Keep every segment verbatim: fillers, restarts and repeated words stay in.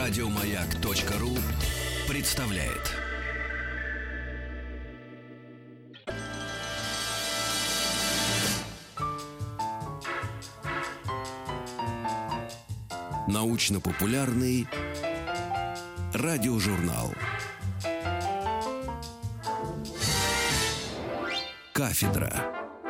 Радиомаяк.ру представляет. Научно-популярный радиожурнал. Кафедра.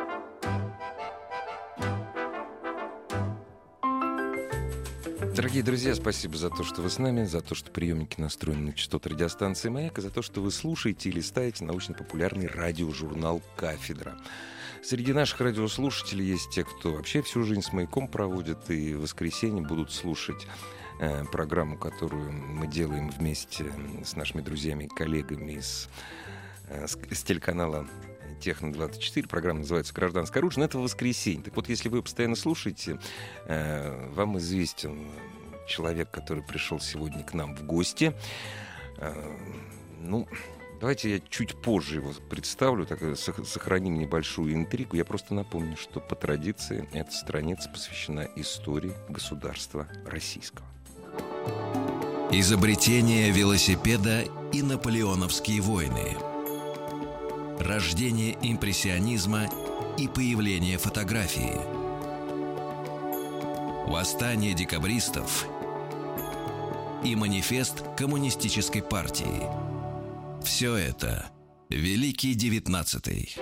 Дорогие друзья, спасибо за то, что вы с нами, за то, что приемники настроены на частоты радиостанции «Маяк», и за то, что вы слушаете и листаете научно-популярный радиожурнал «Кафедра». Среди наших радиослушателей есть те, кто вообще всю жизнь с «Маяком» проводит, и в воскресенье будут слушать э, программу, которую мы делаем вместе с нашими друзьями и коллегами из, э, с, с телеканала Техно двадцать четыре. Программа называется «Гражданское оружие». Но это воскресенье. Так вот, если вы постоянно слушаете, э, вам известен человек, который пришел сегодня к нам в гости. Э, ну, давайте я чуть позже его представлю, так, сохраним небольшую интригу. Я просто напомню, что по традиции эта страница посвящена истории государства российского. Изобретение велосипеда и наполеоновские войны. Рождение импрессионизма и появление фотографии. Восстание декабристов и манифест коммунистической партии. Все это Великий девятнадцатый.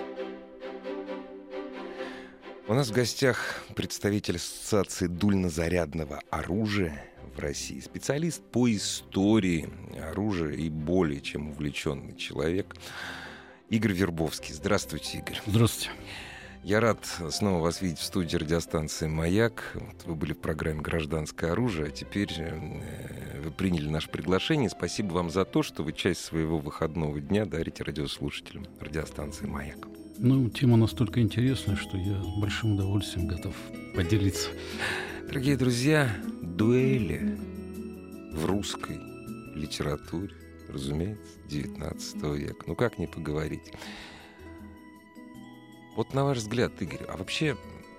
У нас в гостях представитель Ассоциации дульнозарядного оружия в России, специалист по истории оружия и более чем увлеченный человек Игорь Вербовский. Здравствуйте, Игорь. Здравствуйте. Я рад снова вас видеть в студии радиостанции «Маяк». Вы были в программе «Гражданское оружие», а теперь вы приняли наше приглашение. Спасибо вам за то, что вы часть своего выходного дня дарите радиослушателям радиостанции «Маяк». Ну, тема настолько интересная, что я с большим удовольствием готов поделиться. Дорогие друзья, дуэли в русской литературе, разумеется, девятнадцатого века. Ну как не поговорить? Вот на ваш взгляд, Игорь, а вообще,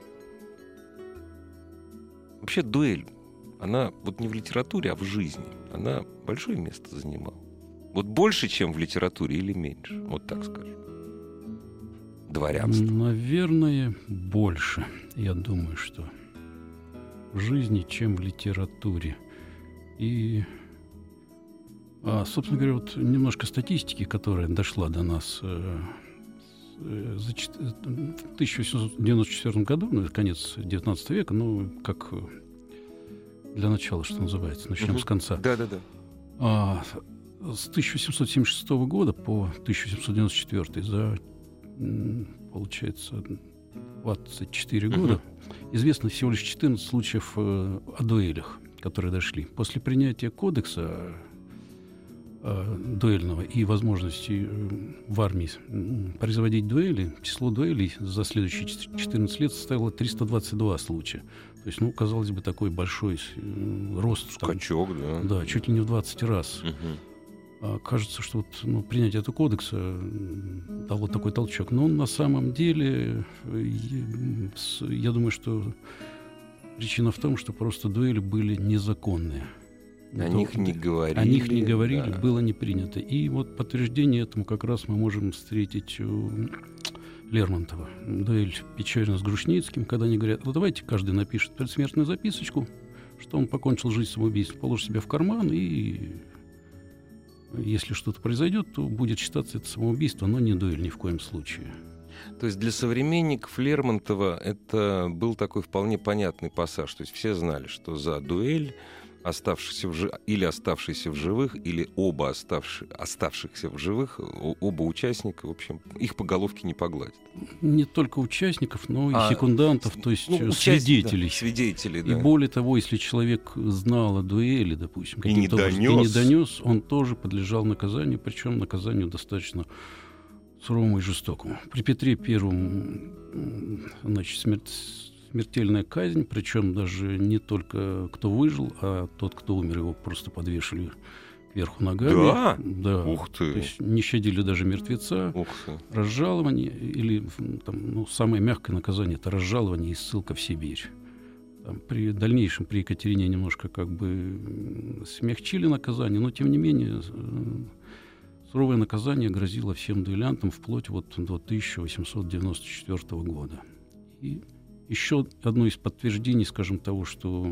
вообще дуэль, она вот не в литературе, а в жизни, она большое место занимала? Вот больше, чем в литературе, или меньше? Вот так скажем. Дворянство. Наверное, больше. Я думаю, что в жизни, чем в литературе. И... А, собственно говоря, вот немножко статистики, которая дошла до нас э, э, за, в тысяча восемьсот девяносто четвёртом году, ну, конец девятнадцатого века, ну, как для начала, что называется, начнем uh-huh. с конца. Да-да-да. А, с тысяча восемьсот семьдесят шестого года по тысяча восемьсот девяносто четвёртый, за, получается, двадцать четыре uh-huh. года, известно всего лишь четырнадцать случаев э, о дуэлях, которые дошли. После принятия кодекса дуэльного и возможности в армии производить дуэли, число дуэлей за следующие четырнадцать лет составило триста двадцать два случая. То есть, ну, казалось бы, такой большой рост. Скачок, там, да. Да, чуть ли не в двадцать раз. Угу. А кажется, что вот, ну, принятие этого кодекса дало такой толчок. Но на самом деле, я думаю, что причина в том, что просто дуэли были незаконные. О них не говорили. О них не говорили, да. Было не принято. И вот подтверждение этому как раз мы можем встретить у Лермонтова. Дуэль Печорина с Грушницким, когда они говорят: ну, давайте каждый напишет предсмертную записочку, что он покончил жизнь самоубийством, положит себя в карман, и если что-то произойдет, то будет считаться это самоубийство, но не дуэль ни в коем случае. То есть для современников Лермонтова это был такой вполне понятный пассаж. То есть все знали, что за дуэль оставшихся в жи... или оставшиеся в живых, или оба оставши... оставшихся в живых, оба участника, в общем, их по головке не погладят. Не только участников, но и а, секундантов, то есть ну, свидетелей. Да, свидетелей, и да. более того, если человек знал о дуэли, допустим, и не, донес. и не донес, он тоже подлежал наказанию, причем наказанию достаточно суровому и жестокому. При Петре Первом, значит, смерть... смертельная казнь, причем даже не только кто выжил, а тот, кто умер, его просто подвешали кверху ногами. Да? Да. Ух ты! То есть не щадили даже мертвеца. Ух ты! Разжалование, или там, ну, самое мягкое наказание — это разжалование и ссылка в Сибирь. там, при дальнейшем, при Екатерине немножко как бы смягчили наказание, но тем не менее суровое наказание грозило всем дуэлянтам вплоть вот до тысяча восемьсот девяносто четвёртого года. И еще одно из подтверждений, скажем, того, что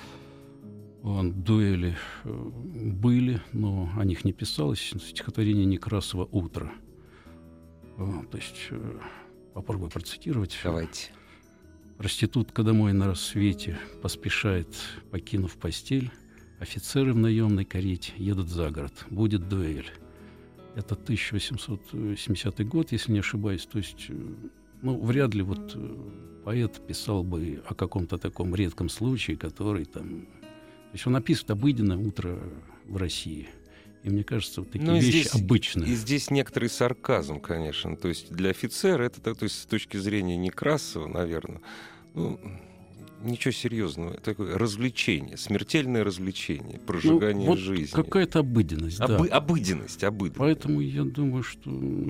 дуэли были, но о них не писалось, стихотворение Некрасова «Утро». То есть попробую процитировать. Давайте. Проститутка домой на рассвете поспешает, покинув постель. Офицеры в наемной карете едут за город. Будет дуэль. Это тысяча восемьсот семидесятый год, если не ошибаюсь. То есть, ну, вряд ли вот поэт писал бы о каком-то таком редком случае, который там... То есть он описывает обыденное утро в России. И мне кажется, вот такие ну, вещи здесь, обычные. И здесь некоторый сарказм, конечно. То есть для офицера это, то есть с точки зрения Некрасова, наверное, ну, ничего серьезного. Это такое развлечение, смертельное развлечение, прожигание ну, вот жизни. Какая-то обыденность, Обы- да. Обыденность, обыденность. Поэтому я думаю, что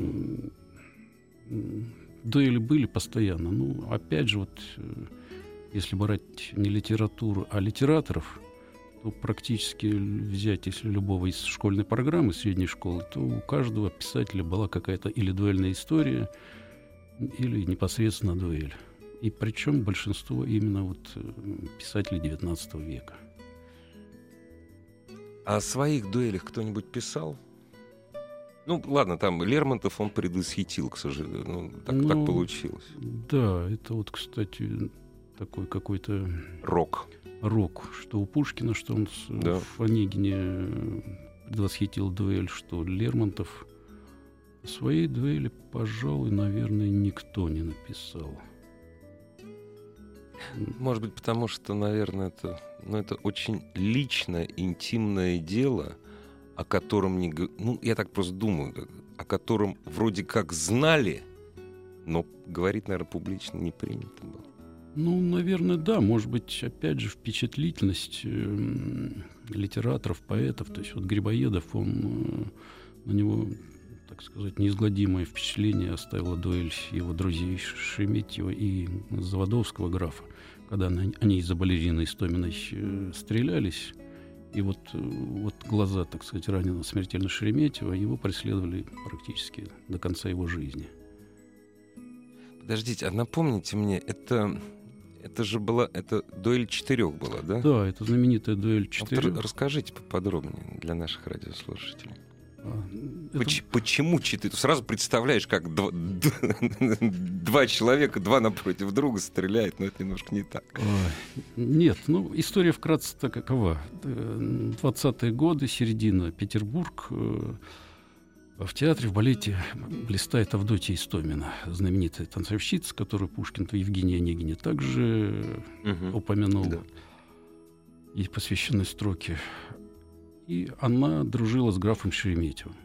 дуэли были постоянно. Ну, опять же, вот если брать не литературу, а литераторов, то практически взять, если любого из школьной программы, средней школы, то у каждого писателя была какая-то или дуэльная история, или непосредственно дуэль. И причем большинство именно вот писателей девятнадцатого века. А о своих дуэлях кто-нибудь писал? Ну, ладно, там Лермонтов он предвосхитил, к сожалению. Ну, так, ну, так получилось. Да, это вот, кстати, такой какой-то... Рок. Рок. Что у Пушкина, что он с, да. в Онегине предвосхитил дуэль, что Лермонтов. Своей дуэли, пожалуй, наверное, никто не написал. Может быть, потому что, наверное, это, ну, это очень личное, интимное дело, о котором не... Ну, я так просто думаю, о котором вроде как знали, но говорить, наверное, публично не принято было. Ну, наверное, да. Может быть, опять же, впечатлительность э, литераторов, поэтов. То есть вот Грибоедов, он э, на него, так сказать, неизгладимое впечатление оставила дуэль его друзей Шереметьева и Заводовского графа, когда они из-за балерины Истоминой э, стрелялись. И вот, э, вот глаза, так сказать, раненого смертельно Шереметьева его преследовали практически до конца его жизни. Подождите, а напомните мне, это... Это же была, это дуэль четырех была, да? Да, это знаменитая дуэль четырех. Расскажите поподробнее для наших радиослушателей. А, Поч- это... Почему четыре? Ты сразу представляешь, как два, два человека, два напротив друга стреляют, но это немножко не так. А, нет, ну, история вкратце такова. двадцатые годы, середина, Петербург. В театре, в балете блистает Авдотья Истомина, знаменитая танцовщица, которую Пушкин-то Евгения Онегине также угу. упомянул. Да. Ей посвящены строки. И она дружила с графом Шереметьевым.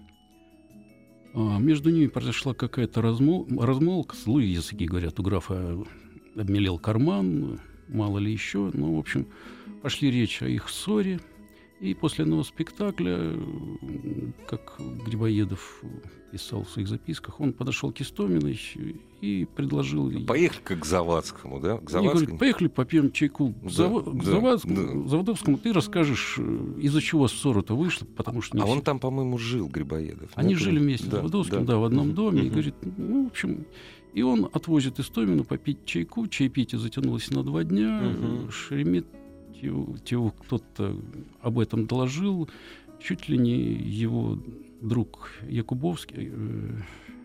А между ними произошла какая-то размол... размолвка. Злые языки говорят, у графа обмелел карман, мало ли еще. Ну, в общем, пошли речь о их ссоре. И после одного спектакля, как Грибоедов писал в своих записках, он подошел к Истоминой и предложил... Поехали как к Завадскому, да? К Завадскому. Говорит, поехали попьем чайку к, да, Зав... да, к Завадскому, да. Заводовскому. Ты расскажешь, из-за чего ссора-то вышла, потому что... А все... он там, по-моему, жил, Грибоедов. Они Нет? жили вместе да, с Заводовским, да. да, в одном доме. Uh-huh. И говорит, ну, в общем... И он отвозит Истомину попить чайку. Чаепитие затянулось на два дня. Uh-huh. Шеремет Его кто-то об этом доложил, чуть ли не его друг Якубовский. Э,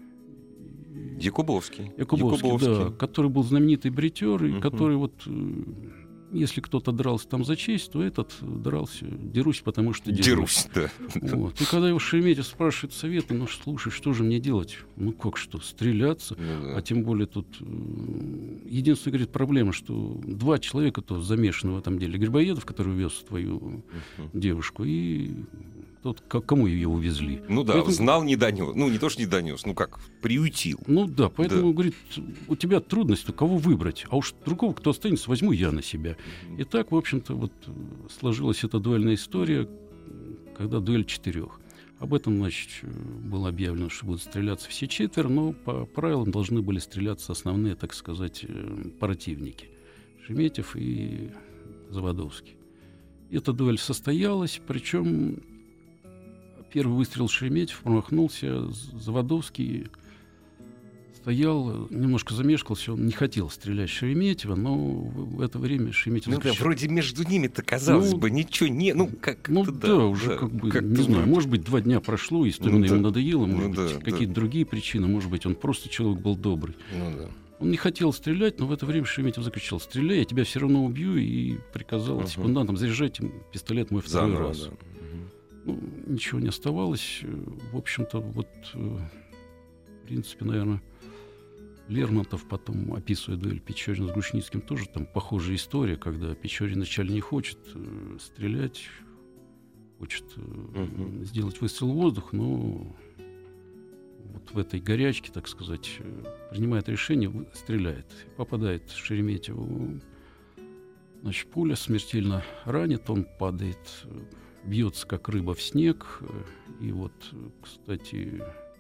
Якубовский. Якубовский, Якубовский. Да, который был знаменитый бретер, и uh-huh. который вот, э, если кто-то дрался там за честь, то этот дрался, дерусь, потому что дерусь. Дерусь, да. Вот. И когда его Шереметьев спрашивает совета, ну, слушай, что же мне делать? Ну, как что, стреляться? Ну, да. А тем более тут... Единственная, говорит, проблема, что два человека-то замешаны в этом деле. Грибоедов, который увез твою uh-huh. девушку, и тот, к кому ее увезли. Ну да, поэтому... знал, не донес. Ну, не то, что не донес, ну как, приютил. Ну да, поэтому, да. говорит, у тебя трудность, кого выбрать. А уж другого, кто останется, возьму я на себя. Uh-huh. И так, в общем-то, вот сложилась эта дуэльная история, когда дуэль четырех. Об этом, значит, было объявлено, что будут стреляться все четверо, но по правилам должны были стреляться основные, так сказать, противники. Шереметьев и Заводовский. И эта дуэль состоялась, причем первый выстрел Шереметьев промахнулся, Заводовский стоял, немножко замешкался, он не хотел стрелять в Шереметьева, но в это время Шереметьев... Ну закричал. да, вроде между ними-то, казалось ну, бы, ничего не... Ну, как ну да, да, уже да, как бы, как не знаю, может быть, два дня прошло, история ну, ему да. надоела, может ну, быть, да, какие-то да. другие причины, может быть, он просто человек был добрый. Ну да. Он не хотел стрелять, но в это время Шереметьев закричал: «Стреляй, я тебя все равно убью», и приказал uh-huh. секундантам: «Заряжать пистолет мой второй Заново, раз». Да. Uh-huh. Ну, ничего не оставалось. В общем-то, вот, в принципе, наверное, Лермонтов потом, описывая дуэль Печорина с Грушницким, тоже там похожая история, когда Печорин вначале не хочет э, стрелять, хочет э, uh-huh. сделать выстрел в воздух, но вот в этой горячке, так сказать, э, принимает решение, стреляет. Попадает Шереметьеву, значит, пуля, смертельно ранит, он падает, э, бьется как рыба в снег. Э, и вот, кстати...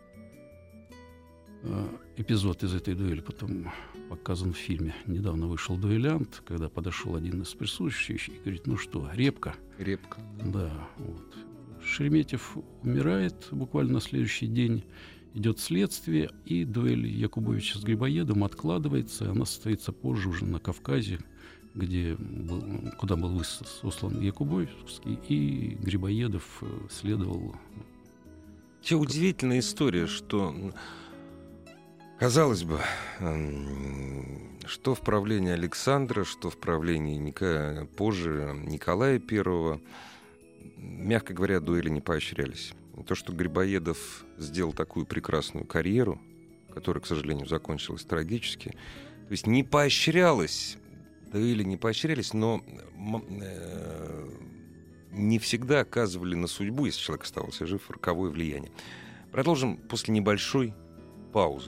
эпизод из этой дуэли потом показан в фильме. Недавно вышел «Дуэлянт», когда подошел один из присутствующих и говорит: «Ну что, репка?» Репка. Да, вот. Шереметьев умирает буквально на следующий день. Идет следствие, и дуэль Якубовича с Грибоедом откладывается. Она состоится позже, уже на Кавказе, где был, куда был сослан Якубовский, и Грибоедов следовал. Вообще удивительная история, что... Казалось бы, что в правлении Александра, что в правлении Ника... позже Николая Первого, мягко говоря, дуэли не поощрялись. То, что Грибоедов сделал такую прекрасную карьеру, которая, к сожалению, закончилась трагически, то есть не поощрялось, дуэли не поощрялись, но не всегда оказывали на судьбу, если человек оставался жив, роковое влияние. Продолжим после небольшой паузы.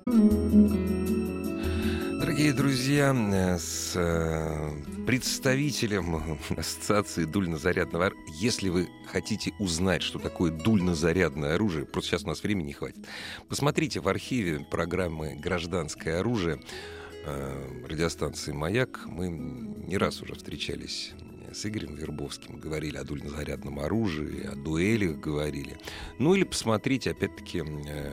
Дорогие друзья, с представителем Ассоциации дульно-зарядного оружия, если вы хотите узнать, что такое дульно-зарядное оружие, просто сейчас у нас времени не хватит, посмотрите в архиве программы «Гражданское оружие» радиостанции «Маяк». Мы не раз уже встречались с Игорем Вербовским, говорили о дульно-зарядном оружии, о дуэлях говорили. Ну или посмотрите, опять-таки,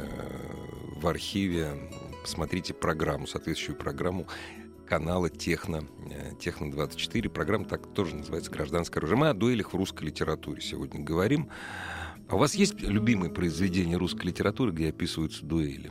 в архиве, посмотрите программу, соответствующую программу канала Техно, Техно двадцать четыре. Программа так тоже называется «Гражданское оружие». Мы о дуэлях в русской литературе сегодня говорим. А у вас есть любимые произведения русской литературы, где описываются дуэли?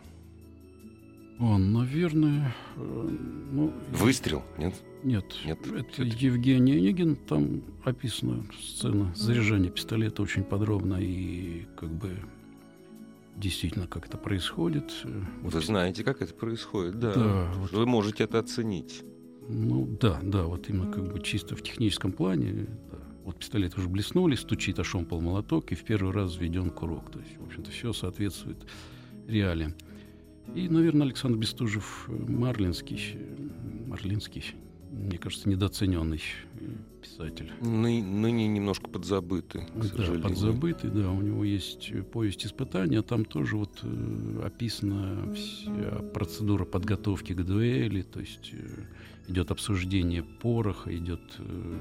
О, наверное... Ну, «Выстрел», нет? Нет, нет, это Евгений Онегин, там описана сцена заряжания пистолета очень подробно и как бы действительно как это происходит. Вы вот, знаете, как это происходит, да. да вот, вы можете это оценить. Ну да, да, вот именно как бы чисто в техническом плане. Да. Вот пистолеты уже блеснули, стучит о шомпол молоток, и в первый раз введен курок. То есть, в общем-то, все соответствует реалиям. И, наверное, Александр Бестужев Марлинский, Марлинский, мне кажется, недооцененный писатель. Ны, ныне немножко подзабытый, к да, сожалению. подзабытый, да. У него есть повесть «Испытания», там тоже вот э, описана вся процедура подготовки к дуэли, то есть э, идет обсуждение пороха, идет э,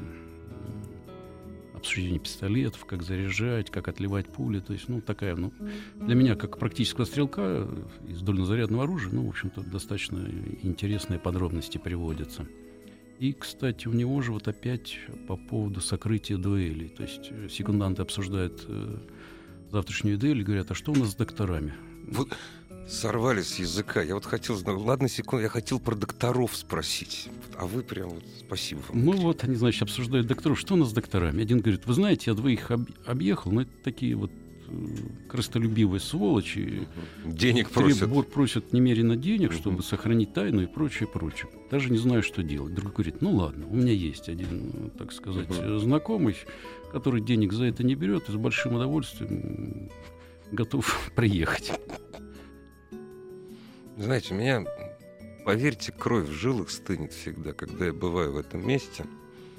обсуждение пистолетов, как заряжать, как отливать пули, то есть, ну, такая, ну, для меня, как практического стрелка из дульнозарядного оружия, ну, в общем-то, достаточно интересные подробности приводятся. И, кстати, у него же вот опять по поводу сокрытия дуэлей. То есть секунданты обсуждают э, завтрашнюю дуэль и говорят: а что у нас с докторами? Вот сорвали с языка. Я вот хотел... Ладно, секунду, я хотел про докторов спросить. А вы прям... Вот, спасибо вам. Ну вот, они, значит, обсуждают докторов. Что у нас с докторами? Один говорит: вы знаете, я двоих об- объехал, но это такие вот крыстолюбивые сволочи. Денег просят. Требуют, просят немерено денег, чтобы сохранить тайну и прочее, прочее. Даже не знаю, что делать. Другой говорит: ну ладно, у меня есть один, так сказать, uh-huh. знакомый, который денег за это не берет и с большим удовольствием готов приехать. Знаете, у меня, поверьте, кровь в жилах стынет всегда, когда я бываю в этом месте.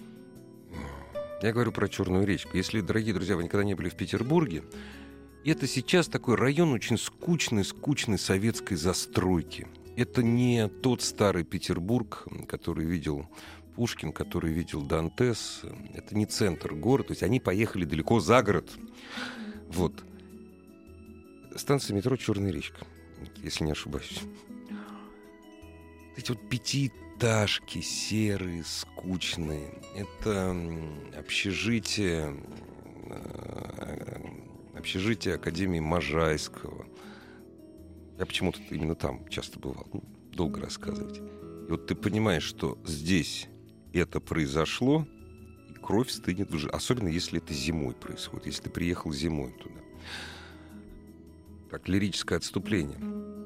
Я говорю про Черную речку. Если, дорогие друзья, вы никогда не были в Петербурге, это сейчас такой район очень скучной, скучной советской застройки. Это не тот старый Петербург, который видел Пушкин, который видел Дантес. Это не центр города, то есть они поехали далеко за город. Вот. Станция метро «Черная речка», если не ошибаюсь. Эти вот пятиэтажки серые, скучные. Это общежитие, общежитие Академии Можайского. Я почему-то именно там часто бывал. Ну, долго рассказывать. И вот ты понимаешь, что здесь это произошло, и кровь стынет уже. Особенно, если это зимой происходит. Если ты приехал зимой туда. Так, лирическое отступление.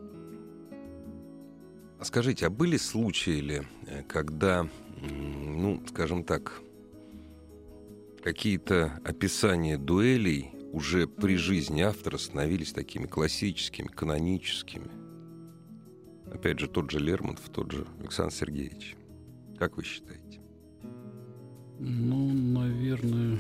А скажите, а были случаи ли, когда, ну, скажем так, какие-то описания дуэлей уже при жизни автора становились такими классическими, каноническими? Опять же, тот же Лермонтов, тот же Александр Сергеевич. Как вы считаете? Ну, наверное...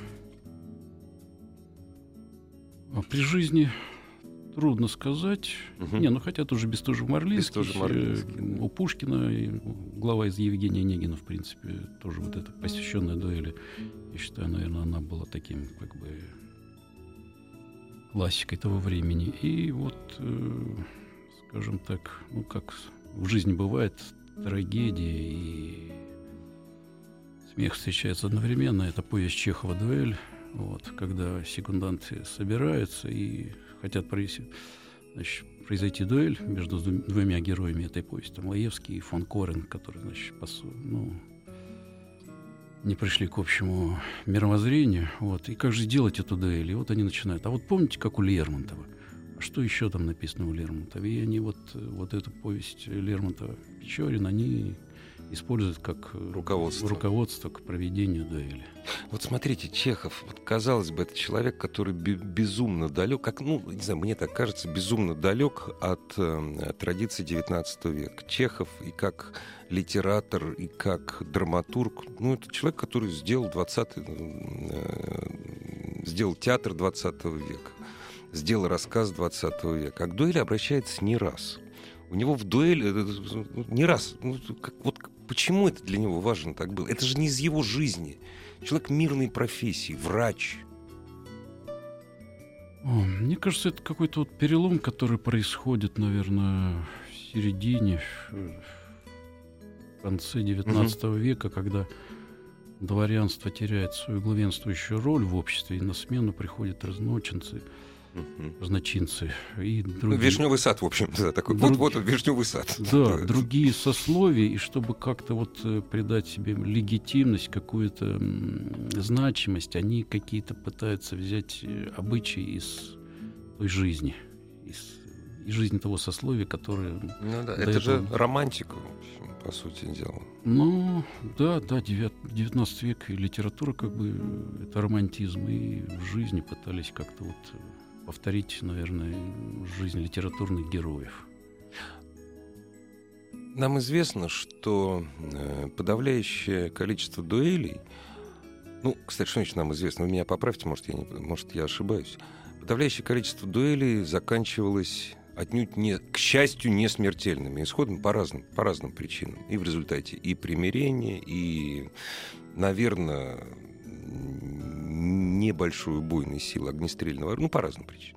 А при жизни трудно сказать. Угу. Не, ну хотя тоже Бестужев-Марлинский. Бестужев-Марлинский. У Пушкина, глава из Евгения Онегина, в принципе, тоже вот эта посвященная дуэли. Я считаю, наверное, она была таким, как бы, классикой того времени. И вот, э, скажем так, ну как в жизни бывает, трагедия и смех встречаются одновременно. Это повесть Чехова «Дуэль». Вот, когда секунданты собираются и хотят произойти, значит, произойти дуэль между двумя героями этой повести, там Лаевский и фон Корен, которые, значит, пос, ну, не пришли к общему мировоззрению. Вот, и как же сделать эту дуэль? И вот они начинают. А вот помните, как у Лермонтова? А что еще там написано у Лермонтова? И они вот, вот эту повесть Лермонтова «Печорин», они используют как руководство. руководство к проведению дуэли. Вот смотрите, Чехов, вот, казалось бы, это человек, который бе- безумно далек, как, ну, не знаю, мне так кажется, безумно далек от э, традиций девятнадцатого века. Чехов и как литератор, и как драматург, ну, это человек, который сделал двадцатый, э, сделал театр двадцатого века, сделал рассказ двадцатого века. А к дуэли обращается не раз. У него в дуэли не раз. Ну, как, вот почему это для него важно так было? Это же не из его жизни. Человек мирной профессии, врач. О, мне кажется, это какой-то вот перелом, который происходит, наверное, в середине, в конце девятнадцатого угу. века, когда дворянство теряет свою главенствующую роль в обществе, и на смену приходят разночинцы, Uh-huh. разночинцы и другие. Ну, Вишневый сад, в общем, да, такой. Друг... Вот, вот Вишневый сад. Да, другие сословия, и чтобы как-то вот придать себе легитимность, какую-то м, значимость, они какие-то пытаются взять обычаи из той жизни, из, из жизни того сословия, которое... Ну да, это этого... же романтика, в общем, по сути дела. Ну, да, да, девятнадцатый век и литература, как бы, это романтизм, и в жизни пытались как-то вот повторить, наверное, жизнь литературных героев. Нам известно, что э, подавляющее количество дуэлей, ну, кстати, что значит нам известно? Вы меня поправьте, может, я, не, может, я ошибаюсь. Подавляющее количество дуэлей заканчивалось отнюдь, не, к счастью, не смертельными исходами по разным, по разным причинам. И в результате и примирения, и, наверное, небольшой убойной силы огнестрельного оружия, ну, по разным причинам.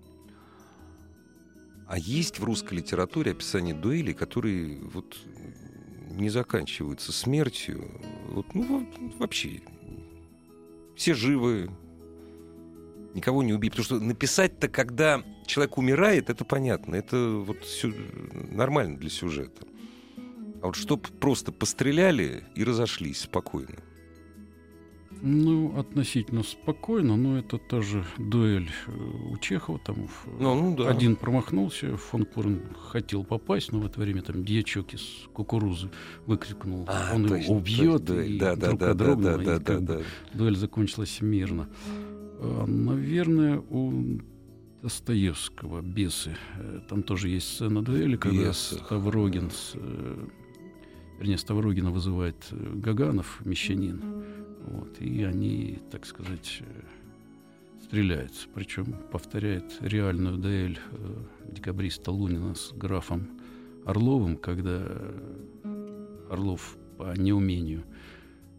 А есть в русской литературе описание дуэлей, которые вот не заканчиваются смертью. Вот, ну, вообще. Все живы, никого не убили. Потому что написать-то, когда человек умирает, это понятно. Это вот сю... нормально для сюжета. А вот чтоб просто постреляли и разошлись спокойно. Ну, относительно спокойно, но это та же дуэль у Чехова. Там ну, ну, да. Один промахнулся, фон Корен хотел попасть, но в это время там дьячок из кукурузы выкрикнул, а, он точно, его убьет, точно, и да, друг да, дрогнул, да, и да, да, да. дуэль закончилась мирно. А, наверное, у Достоевского «Бесы» там тоже есть сцена дуэли, когда Ставрогин, с, вернее, Ставрогина вызывает Гаганов, мещанин. Вот, и они, так сказать, стреляются. Причем повторяет реальную дуэль э, декабриста Лунина с графом Орловым, когда Орлов по неумению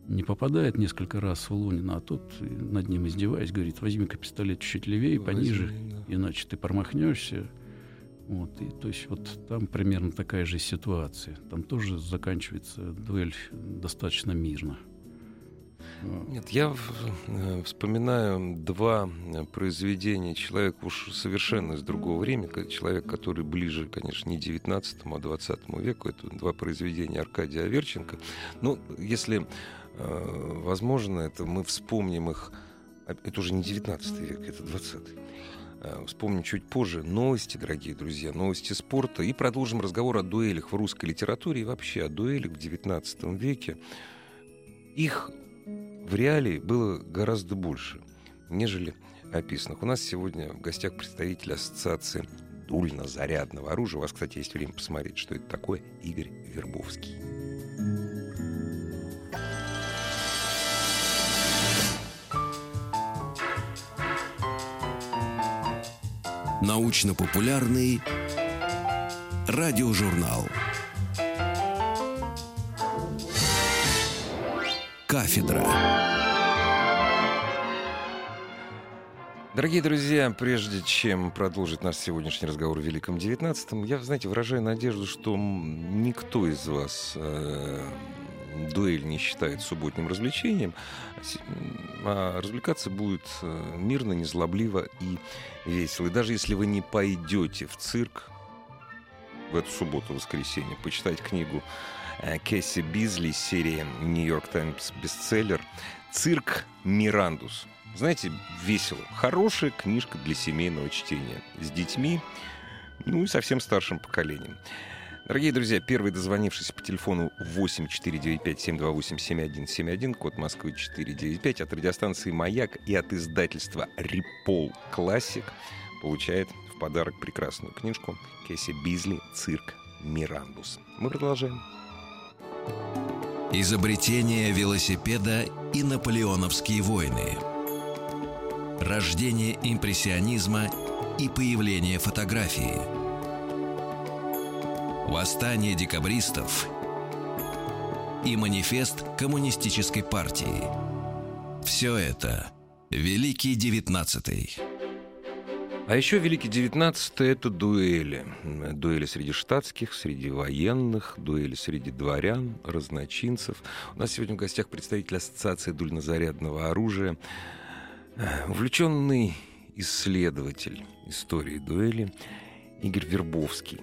не попадает несколько раз в Лунина, а тот, над ним издеваясь, говорит: возьми-ка пистолет чуть левее, пониже, Возьми, да. иначе ты промахнешься. Вот, и, то есть вот там примерно такая же ситуация. Там тоже заканчивается дуэль достаточно мирно. Нет, я вспоминаю два произведения человека уж совершенно из другого времени, человек, который ближе, конечно, не девятнадцатому, а двадцатому веку. Это два произведения Аркадия Аверченко. Ну, если э, возможно, это мы вспомним их. Это уже не девятнадцатый век, это двадцатый. Вспомним чуть позже. Новости, дорогие друзья, новости спорта. И продолжим разговор о дуэлях в русской литературе и вообще о дуэлях в девятнадцатом веке. Их в реалии было гораздо больше, нежели описанных. У нас сегодня в гостях представитель Ассоциации дульно-зарядного оружия. У вас, кстати, есть время посмотреть, что это такое. Игорь Вербовский. Научно-популярный радиожурнал. Кафедра. Дорогие друзья, прежде чем продолжить наш сегодняшний разговор в Великом девятнадцатом, я, знаете, выражаю надежду, что никто из вас э, дуэль не считает субботним развлечением, а развлекаться будет мирно, незлобливо и весело. И даже если вы не пойдете в цирк в эту субботу-воскресенье, почитать книгу Кэсси Бизли из серии «Нью-Йорк Таймс бестселлер» «Цирк Мирандус». Знаете, весело. Хорошая книжка для семейного чтения. С детьми, ну и совсем старшим поколением. Дорогие друзья, первый дозвонившийся по телефону восемь четыре девять пять семь два восемь семь один семь один, код Москвы четыре девять пять, от радиостанции «Маяк» и от издательства «Рипол Классик» получает в подарок прекрасную книжку Кэсси Бизли «Цирк Мирандус». Мы продолжаем. Изобретение велосипеда и наполеоновские войны. Рождение импрессионизма и появление фотографии. Восстание декабристов и манифест коммунистической партии. Все это Великий девятнадцатый. А еще Великий девятнадцатый — это дуэли. Дуэли среди штатских, среди военных, дуэли среди дворян, разночинцев. У нас сегодня в гостях представитель Ассоциации дульнозарядного оружия, увлеченный исследователь истории дуэли Игорь Вербовский.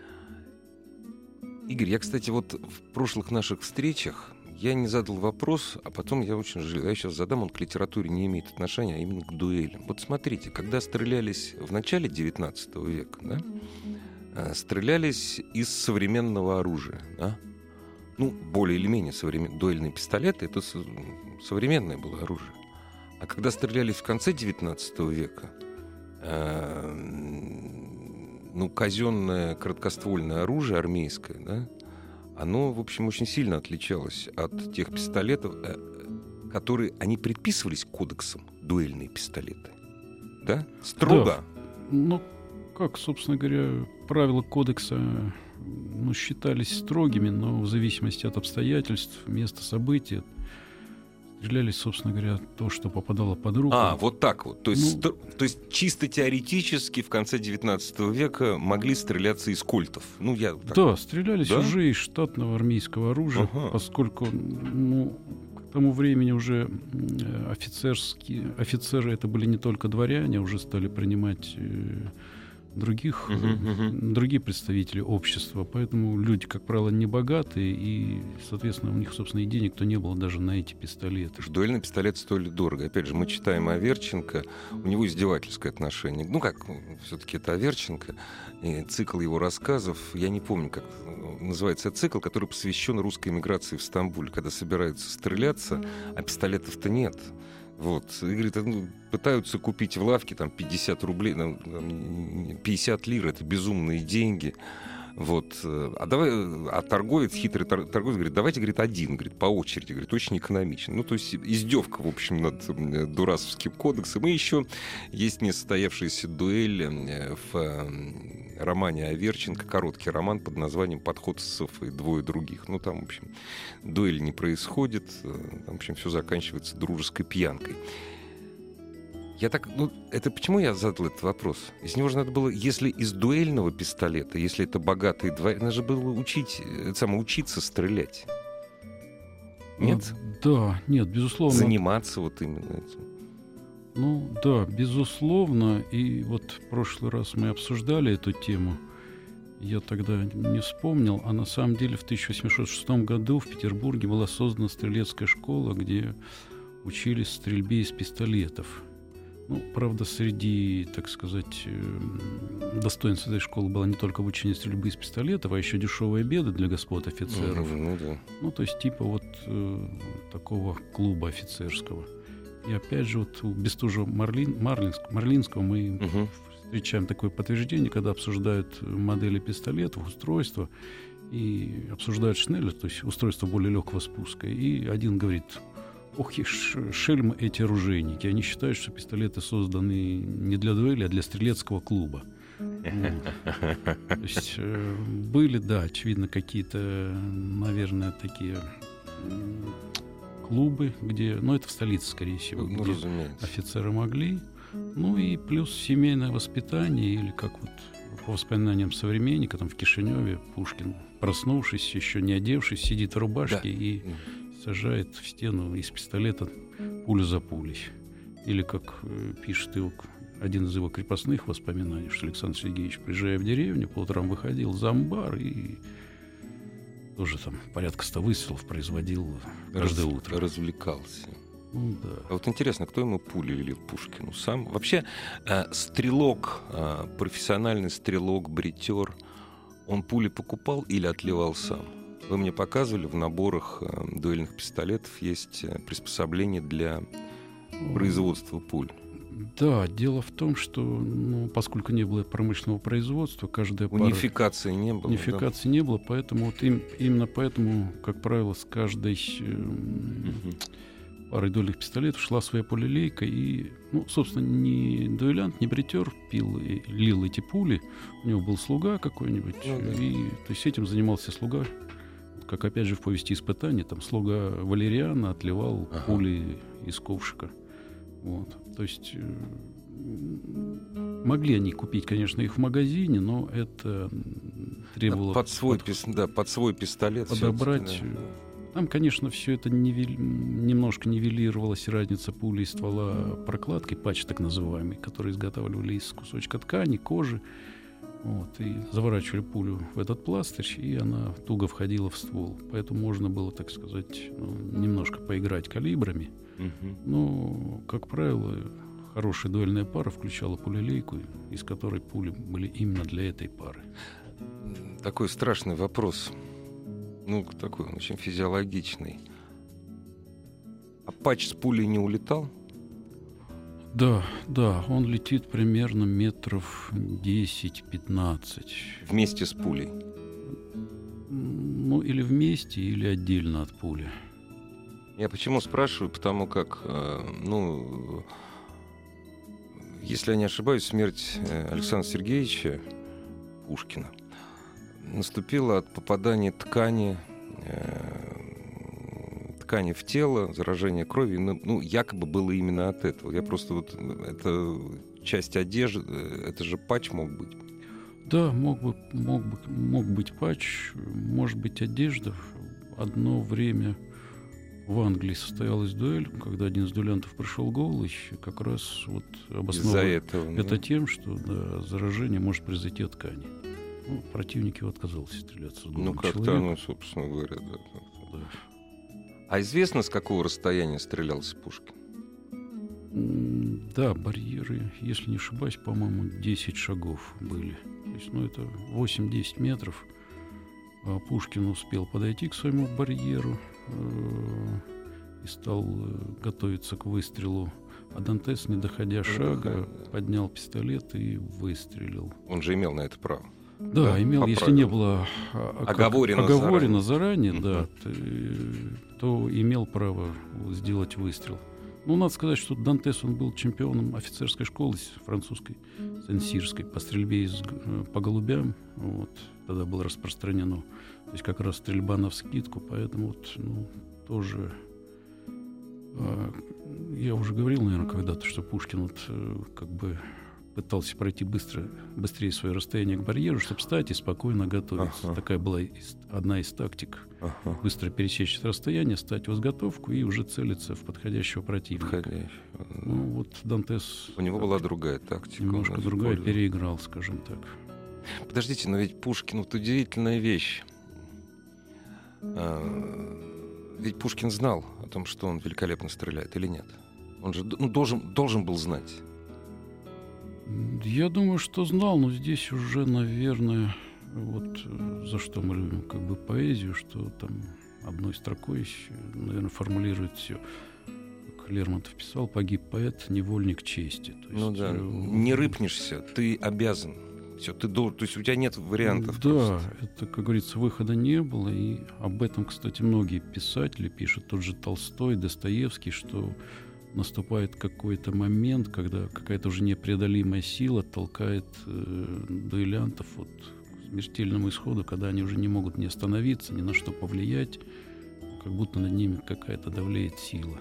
Игорь, я, кстати, вот в прошлых наших встречах я не задал вопрос, а потом я очень жалею. Я сейчас задам, он к литературе не имеет отношения, а именно к дуэлям. Вот смотрите, когда стрелялись в начале девятнадцатого века, да, стрелялись из современного оружия, да? Ну, более или менее современные дуэльные пистолеты — это современное было оружие. А когда стрелялись в конце девятнадцатого века, э, ну, казенное краткоствольное оружие армейское, да, оно, в общем, очень сильно отличалось от тех пистолетов, э, которые, они предписывались кодексом, дуэльные пистолеты, да, строго. Да. Ну, как, собственно говоря, правила кодекса, ну, считались строгими, но в зависимости от обстоятельств, места событий, стреляли, собственно говоря, то, что попадало под руку. А, вот так вот. То есть, Ну, стр... то есть чисто теоретически в конце девятнадцатого века могли стреляться из кольтов. Ну, я так... Да, стрелялись Да? уже из штатного армейского оружия, Ага. поскольку, ну, к тому времени уже э, офицерские, офицеры это были не только дворяне, уже стали принимать э, других, Мгм, мгм. другие представители общества. Поэтому люди, как правило, не богатые, и, соответственно, у них, собственно, и денег-то не было даже на эти пистолеты. Потому что дуэльные пистолеты стоили дорого. Опять же, мы читаем Аверченко, у него издевательское отношение. Ну как, все-таки это Аверченко, и цикл его рассказов, я не помню, как называется этот цикл, который посвящен русской эмиграции в Стамбуле, когда собираются стреляться, а пистолетов-то нет. Вот. И говорит, ну, пытаются купить в лавке там пятьдесят рублей, ну, пятьдесят лир, это безумные деньги. Вот. А, давай, а торговец, хитрый тор- торговец говорит, давайте, говорит, один, говорит, по очереди, говорит, очень экономично. Ну, то есть издевка, в общем, над э, Дурасовским кодексом. И еще есть несостоявшаяся дуэль в романе Аверченко, короткий роман под названием «Подход Сцефа и двое других». Ну, там, в общем, дуэль не происходит, там, в общем, все заканчивается дружеской пьянкой. Я так, ну, это почему я задал этот вопрос? Из него же надо было, если из дуэльного пистолета, если это богатый двор, надо же было учить, самоучиться стрелять. Нет? Да, нет, безусловно. Заниматься вот именно этим. Ну, да, безусловно. И вот в прошлый раз мы обсуждали эту тему. Я тогда не вспомнил. А на самом деле в тысяча восемьсот шестом году в Петербурге была создана стрелецкая школа, где учились стрельбе из пистолетов. Ну, правда, среди, так сказать, достоинств этой школы было не только обучение стрельбы из пистолетов, а еще дешевые обеды для господ офицеров. Ну, ну, да. Ну, то есть типа вот э, такого клуба офицерского. И опять же, вот у Бестужева Марлин, Марлинск, Марлинского мы угу. встречаем такое подтверждение, когда обсуждают модели пистолетов, устройства, и обсуждают Шнеллер, то есть устройство более легкого спуска. И один говорит: ох, и шельмы эти оружейники. Они считают, что пистолеты созданы не для дуэли, а для стрелецкого клуба. То есть были, да, очевидно, какие-то, наверное, такие клубы, где, ну, это в столице, скорее всего, ну, где разумеется. Офицеры могли. Ну и плюс семейное воспитание, или как вот по воспоминаниям современника, там в Кишиневе Пушкин, проснувшись, еще не одевшись, сидит в рубашке, да, и сажает в стену из пистолета пулю за пулей. Или, как э, пишет его, один из его крепостных воспоминаний, что Александр Сергеевич, приезжая в деревню, по утрам выходил за амбар и тоже там порядка ста выстрелов производил каждое Раз, утро. Развлекался. Ну, да. А вот интересно, кто ему пули лил, Пушкину? Сам? Вообще, э, стрелок, э, профессиональный стрелок, бритер, он пули покупал или отливал сам? Вы мне показывали, в наборах э, дуэльных пистолетов есть э, приспособление для производства пуль. Да, дело в том, что, ну, поскольку не было промышленного производства, каждая пара... Унификации не было. Унификации да? не было, поэтому вот им, именно поэтому, как правило, с каждой э, угу. парой дуэльных пистолетов шла своя пулелейка, и, ну, собственно, ни дуэлянт, ни бритер пил и лил эти пули, у него был слуга какой-нибудь, ну, да. и то есть этим занимался слуга, как опять же в повести «Испытания», там слуга Валериана отливал ага. пули из ковшика. Вот. То есть э, могли они купить, конечно, их в магазине, но это требовало... Под свой, под, пис, да, под свой пистолет. Подобрать. Да. Там, конечно, все это нивель, немножко нивелировалась разница пули и ствола прокладкой, патч так называемый, который изготавливали из кусочка ткани, кожи. Вот, и заворачивали пулю в этот пластырь, и она туго входила в ствол. Поэтому можно было, так сказать, ну, немножко поиграть калибрами. Uh-huh. Но, как правило, хорошая дуэльная пара включала пулелейку, из которой пули были именно для этой пары. Такой страшный вопрос. Ну, такой он очень физиологичный. А патч с пулей не улетал? Да, да, он летит примерно метров десять-пятнадцать. Вместе с пулей? Ну, или вместе, или отдельно от пули. Я почему спрашиваю? Потому как, э, ну, если я не ошибаюсь, смерть Александра Сергеевича Пушкина наступила от попадания ткани, э, ткани в тело, заражение крови, ну, якобы было именно от этого. Я просто вот, это часть одежды, это же патч мог быть. Да, мог бы, мог бы, мог быть патч, может быть одежда. Одно время в Англии состоялась дуэль, когда один из дуэлянтов пришел голый, как раз вот обосновал это да? тем, что да, заражение может произойти от ткани. Ну, противник его отказался стреляться с голым Ну, как-то человеком. оно, собственно говоря, да. да. А известно, с какого расстояния стрелялся Пушкин? Да, барьеры, если не ошибаюсь, по-моему, десять шагов были. То есть, ну, это восемь-десять метров. А Пушкин успел подойти к своему барьеру э- и стал э- готовиться к выстрелу. А Дантес, не доходя шага, да. поднял пистолет и выстрелил. Он же имел на это право. Да, да имел, если не было а, оговорено, оговорено заранее, заранее да, то, то имел право сделать выстрел. Ну, надо сказать, что Дантес, он был чемпионом офицерской школы французской, сен-сирской, по стрельбе из, по голубям. Вот, тогда было распространено. То есть как раз стрельба навскидку, поэтому вот, ну, тоже... Э, я уже говорил, наверное, когда-то, что Пушкин вот, э, как бы пытался пройти быстро, быстрее свое расстояние к барьеру, чтобы встать и спокойно готовиться. Ага. Такая была из, одна из тактик. Ага. Быстро пересечь это расстояние, стать в изготовку и уже целиться в подходящего противника. Подходящего. Ну, вот Дантес... У него была другая тактика. Немножко другая, переиграл, скажем так. Подождите, но ведь Пушкин — вот удивительная вещь. А, ведь Пушкин знал о том, что он великолепно стреляет, или нет? Он же ну, должен, должен был знать. Я думаю, что знал, но здесь уже, наверное, вот за что мы любим как бы поэзию, что там одной строкой, наверное, формулирует все. Как Лермонтов писал: погиб поэт, невольник чести. То есть, ну да, э, не рыпнешься, ты обязан. Все, ты должен, то есть у тебя нет вариантов. Да, просто. Это, как говорится, выхода не было, и об этом, кстати, многие писатели пишут, тот же Толстой, Достоевский, что наступает какой-то момент, когда какая-то уже непреодолимая сила толкает э, дуэлянтов вот, к смертельному исходу, когда они уже не могут ни остановиться, ни на что повлиять, как будто над ними какая-то давлеет сила.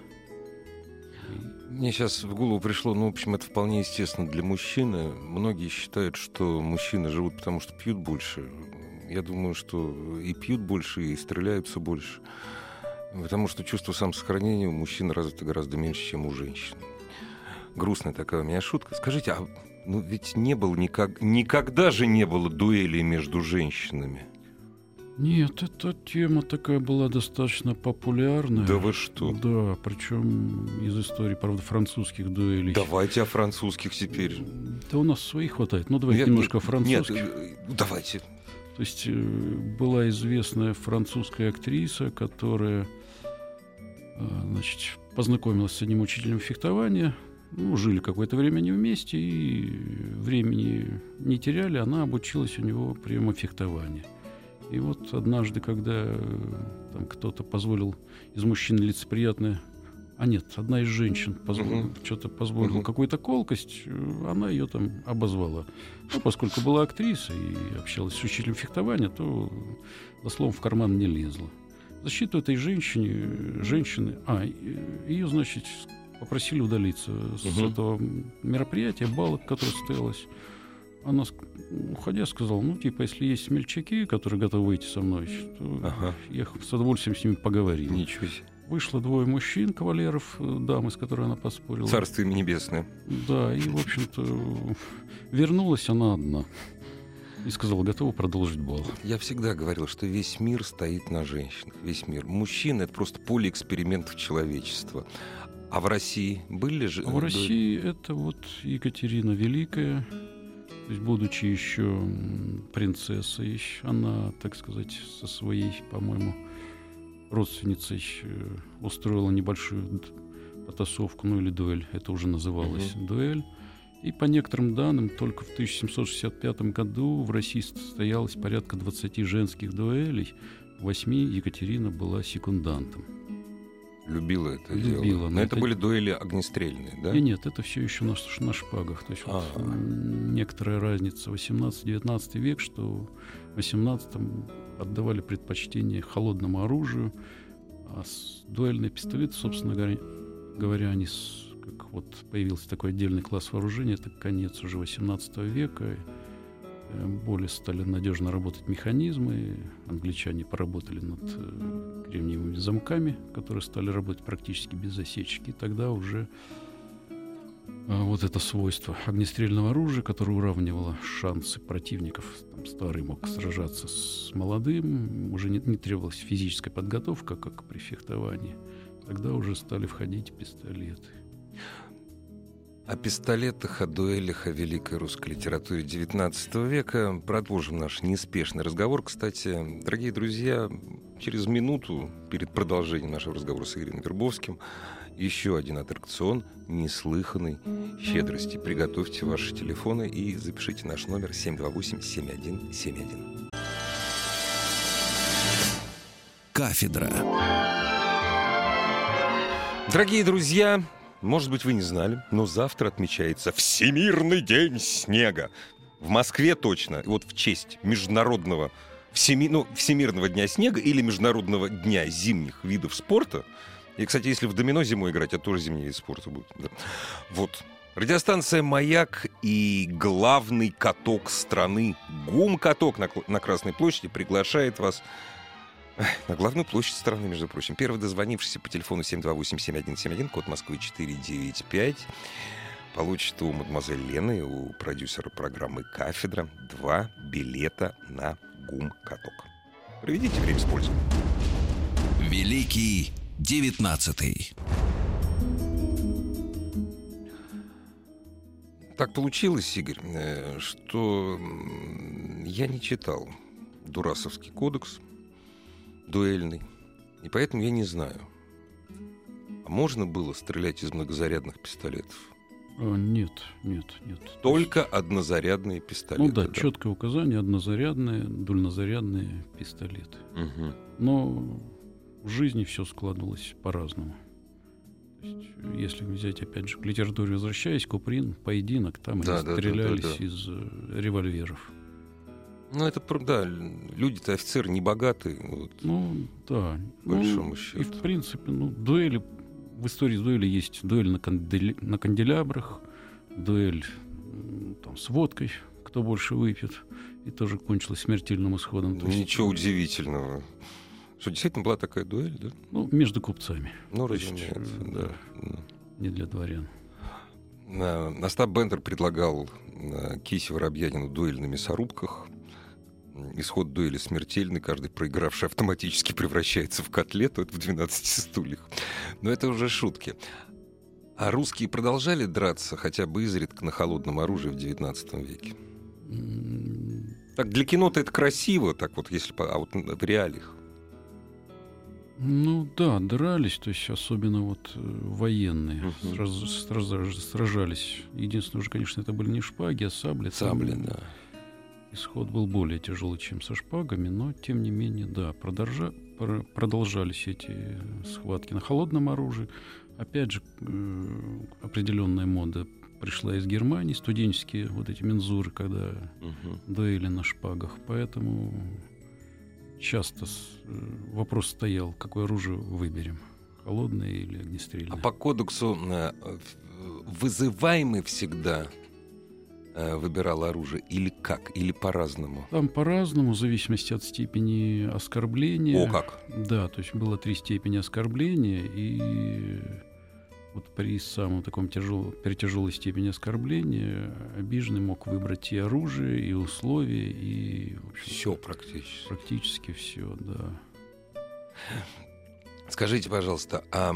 Мне сейчас в голову пришло, ну, в общем, это вполне естественно для мужчины. Многие считают, что мужчины живут потому, что пьют больше. Я думаю, что и пьют больше, и стреляются больше. Потому что чувство самосохранения у мужчин развито гораздо меньше, чем у женщин. Грустная такая у меня шутка. Скажите, а ну ведь не было никак, никогда же не было дуэлей между женщинами? Нет, эта тема такая была достаточно популярная. Да вы что? Да, причем из истории, правда, французских дуэлей. Давайте о французских теперь. Да у нас своих хватает. Ну, давайте нет, немножко нет, французских. Нет, давайте. То есть была известная французская актриса, которая, значит, познакомилась с одним учителем фехтования. Ну, жили какое-то время они вместе, и времени не теряли. Она обучилась у него приему фехтования. И вот однажды, когда там кто-то позволил из мужчин лицеприятное... А нет, одна из женщин позволила, uh-huh. что-то позволила uh-huh. какую-то колкость, она ее там обозвала. Ну, поскольку была актриса и общалась с учителем фехтования, то за словом в карман не лезла. В защиту этой женщине, женщины... А, ее, значит, попросили удалиться с uh-huh. этого мероприятия, бала, которое состоялось. Она, уходя, сказала: ну, типа, если есть смельчаки, которые готовы выйти со мной, то ага. я с удовольствием с ними поговорил. Ничего себе. Вышло двое мужчин, кавалеров, дамы, с которой она поспорила. Царство им небесное. Да, и, в общем-то, вернулась она одна. И сказала: готова продолжить бал. Я всегда говорил, что весь мир стоит на женщинах. Весь мир. Мужчины — это просто поле экспериментов человечества. А в России были же... А в России это вот Екатерина Великая. То есть, будучи еще принцессой, она, так сказать, со своей, по-моему, родственницей устроила небольшую потасовку, ну или дуэль, это уже называлось uh-huh. дуэль. И по некоторым данным, только в тысяча семьсот шестьдесят пятом году в России состоялось порядка двадцати женских дуэлей. В восьми Екатерина была секундантом. Любила это Любила, дело. Но, но это, это были дуэли огнестрельные, да? И нет, это все еще на, на шпагах. То есть вот некоторая разница. восемнадцатый-девятнадцатый век, что в восемнадцатом отдавали предпочтение холодному оружию, а с дуэльные пистолеты, собственно говоря, они, как вот появился такой отдельный класс вооружения, это конец уже восемнадцатого века. Более стали надежно работать механизмы. Англичане поработали над э, кремниевыми замками, которые стали работать практически без засечки. И тогда уже э, вот это свойство огнестрельного оружия, которое уравнивало шансы противников. Там старый мог сражаться с молодым, уже не, не требовалась физическая подготовка, как при фехтовании. Тогда уже стали входить пистолеты. О пистолетах, о дуэлях, о великой русской литературе девятнадцатого века продолжим наш неспешный разговор. Кстати, дорогие друзья, через минуту перед продолжением нашего разговора с Игорем Вербовским еще один аттракцион неслыханной щедрости. Приготовьте ваши телефоны и запишите наш номер семь два восемь семь один семь один. Кафедра. Дорогие друзья, может быть, вы не знали, но завтра отмечается Всемирный день снега. В Москве точно, вот в честь международного всеми... ну, Всемирного дня снега или Международного дня зимних видов спорта. И, кстати, если в домино зимой играть, это тоже зимний вид спорта будет. Да. Вот. Радиостанция «Маяк» и главный каток страны, ГУМ-каток на, на Красной площади, приглашает вас на главную площадь страны, между прочим. Первый дозвонившийся по телефону семь два восемь семь один семь один, код Москвы четыре девять пять, получит у мадемуазель Лены, у продюсера программы «Кафедра» два билета на ГУМ-каток. Проведите время с пользой. Великий девятнадцатый. Так получилось, Игорь, что я не читал Дурасовский кодекс дуэльный, и поэтому я не знаю, а можно было стрелять из многозарядных пистолетов? А, нет, нет, нет. Только однозарядные пистолеты. Ну да, да? четкое указание: однозарядные, дульнозарядные пистолеты. Угу. Но в жизни все складывалось по-разному. То есть, если взять, опять же, к литературе возвращаясь, Куприн, поединок, там да, они да, стрелялись да, да, да. из э, револьверов. Ну, это, да, люди-то, офицеры, не богатые. Вот, ну, да. По большому ну, счету. И, в принципе, ну, дуэли, в истории дуэли есть дуэль на, кандель, на канделябрах, дуэль там, с водкой, кто больше выпьет, и тоже кончилась смертельным исходом. То есть, ничего удивительного. Что, действительно была такая дуэль, да? Ну, между купцами. Ну, То разумеется, есть, да. Не для дворян. Остап Бендер предлагал Кисе Воробьянину дуэль на мясорубках. Исход дуэли смертельный. Каждый проигравший автоматически превращается в котлету. Это в двенадцати стульях. Но это уже шутки. А русские продолжали драться хотя бы изредка на холодном оружии в девятнадцатом веке? Так, для кино-то это красиво, так вот, если, а вот в реалиях. Ну да, дрались, то есть особенно вот военные Угу. сраз, сраз, сражались. Единственное, уже, конечно, это были не шпаги, а сабли. Сабли, Там да. исход был более тяжелый, чем со шпагами, но тем не менее, да, продолжа, про, продолжались эти схватки на холодном оружии. Опять же, э, определенная мода пришла из Германии, студенческие вот эти мензуры, когда Угу. дуэли на шпагах, поэтому часто вопрос стоял, какое оружие выберем, холодное или огнестрельное. А по кодексу вызываемый всегда выбирал оружие или как, или по-разному? Там по-разному, в зависимости от степени оскорбления. О, как? Да, то есть было три степени оскорбления, и вот при самом таком тяжелом, при тяжелой степени оскорбления обиженный мог выбрать и оружие, и условия, и все практически. Практически все, да. Скажите, пожалуйста, а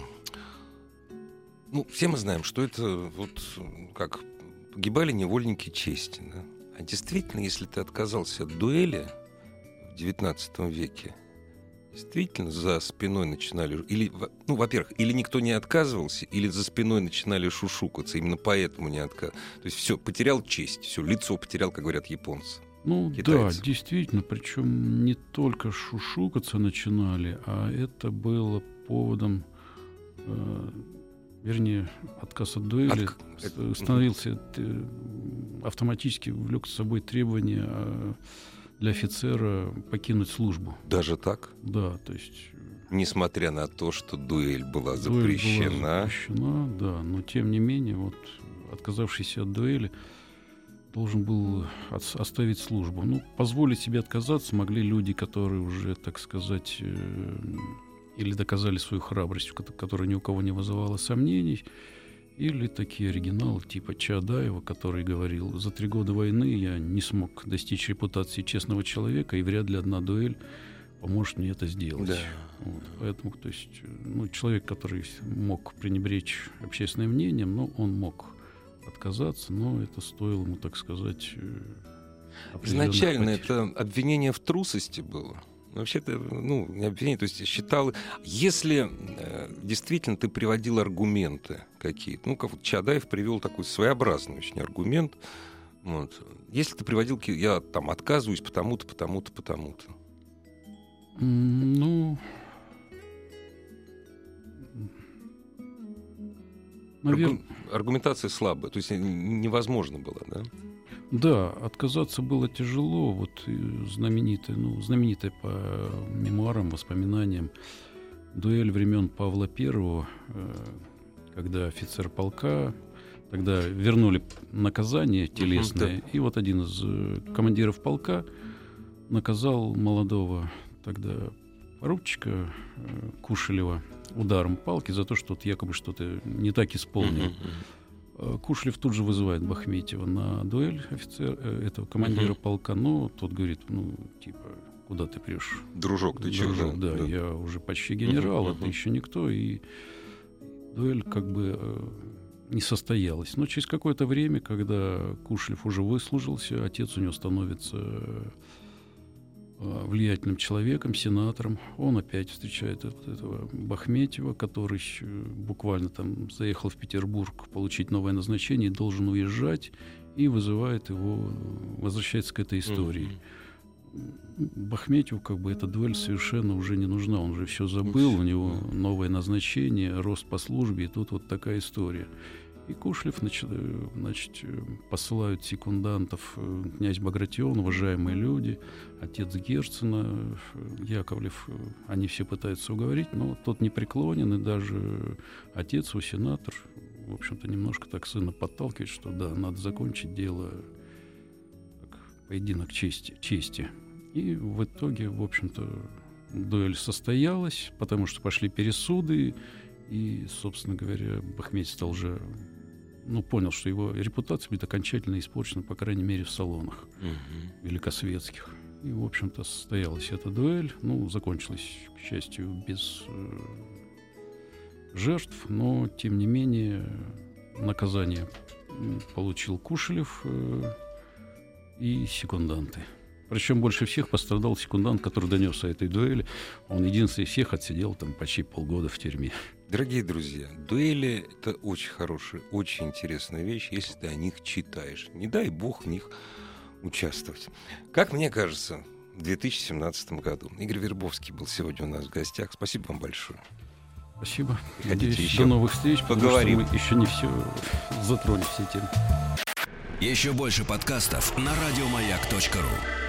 ну, все мы знаем, что это вот как погибали невольники чести, да? А действительно, если ты отказался от дуэли в девятнадцатом веке, действительно за спиной начинали... Или, ну, во-первых, или никто не отказывался, или за спиной начинали шушукаться. Именно поэтому не отказывался. То есть все, потерял честь, все, лицо потерял, как говорят японцы. Ну китайцы. Да, действительно. Причем не только шушукаться начинали, а это было поводом... Э, вернее, отказ от дуэли от... становился... Э, автоматически влек с собой требование... Э, для офицера покинуть службу. Даже так? Да, то есть... Несмотря на то, что дуэль была дуэль запрещена. Была запрещена, да, но тем не менее, вот, отказавшийся от дуэли должен был от, оставить службу. Ну, позволить себе отказаться могли люди, которые уже, так сказать, э, или доказали свою храбрость, которая ни у кого не вызывала сомнений, или такие оригиналы типа Чаадаева, который говорил: за три года войны я не смог достичь репутации честного человека, и вряд ли одна дуэль поможет мне это сделать. Да. Вот, поэтому, то есть, ну, человек, который мог пренебречь общественным мнением, ну, он мог отказаться, но это стоило ему, так сказать, изначально потерь. Это обвинение в трусости было. Вообще-то, ну, не обвинение, то есть считал... Если э, действительно ты приводил аргументы какие-то, ну, как вот Чаадаев привел такой своеобразный очень аргумент, вот. Если ты приводил, я там отказываюсь потому-то, потому-то, потому-то. Ну... Наверное... Аргументация слабая, то есть невозможно было, да? Да, отказаться было тяжело. Вот знаменитая, ну, знаменитая по мемуарам, воспоминаниям дуэль времен Павла Первого, когда офицер полка, тогда вернули наказание телесное, uh-huh, да. И вот один из командиров полка наказал молодого тогда поручика Кушелева ударом палки за то, что он якобы что-то не так исполнил. Uh-huh. Кушелев тут же вызывает Бахметьева на дуэль офицера, этого командира uh-huh. полка, но тот говорит, ну, типа, куда ты прешь? Дружок, ты чего? Дружок, да, да, я уже почти генерал, uh-huh, а ты uh-huh. еще никто, и дуэль как бы э, не состоялась. Но через какое-то время, когда Кушелев уже выслужился, отец у него становится э, влиятельным человеком, сенатором. Он опять встречает вот этого Бахметьева, который буквально там заехал в Петербург получить новое назначение и должен уезжать, и вызывает его, возвращается к этой истории. Mm-hmm. Бахметьеву как бы эта дуэль совершенно уже не нужна, он уже все забыл, у него новое назначение, рост по службе, и тут вот такая история. И Кушелев, значит, значит, посылают секундантов, князь Багратион, уважаемые люди, отец Герцена, Яковлев, они все пытаются уговорить, но тот не преклонен, и даже отец, его сенатор, в общем-то, немножко так сына подталкивает, что да, надо закончить дело, как поединок чести, чести. И в итоге, в общем-то, дуэль состоялась, потому что пошли пересуды, и, собственно говоря, Бахметьев стал уже, ну, понял, что его репутация будет окончательно испорчена, по крайней мере, в салонах uh-huh. великосветских. И, в общем-то, состоялась эта дуэль. Ну, закончилась, к счастью, без э, жертв, но, тем не менее, наказание получил Кушелев э, и секунданты. Причем больше всех пострадал секундант, который донес о этой дуэли. Он единственный из всех отсидел там почти полгода в тюрьме. Дорогие друзья, дуэли — это очень хорошая, очень интересная вещь, если ты о них читаешь. Не дай бог в них участвовать. Как мне кажется, в две тысячи семнадцатом году Игорь Вербовский был сегодня у нас в гостях. Спасибо вам большое. Спасибо. Хотите Надеюсь, еще до новых встреч. поговорим? Мы еще не все затронули, все темы. Еще больше подкастов на радиомаяк точка ру.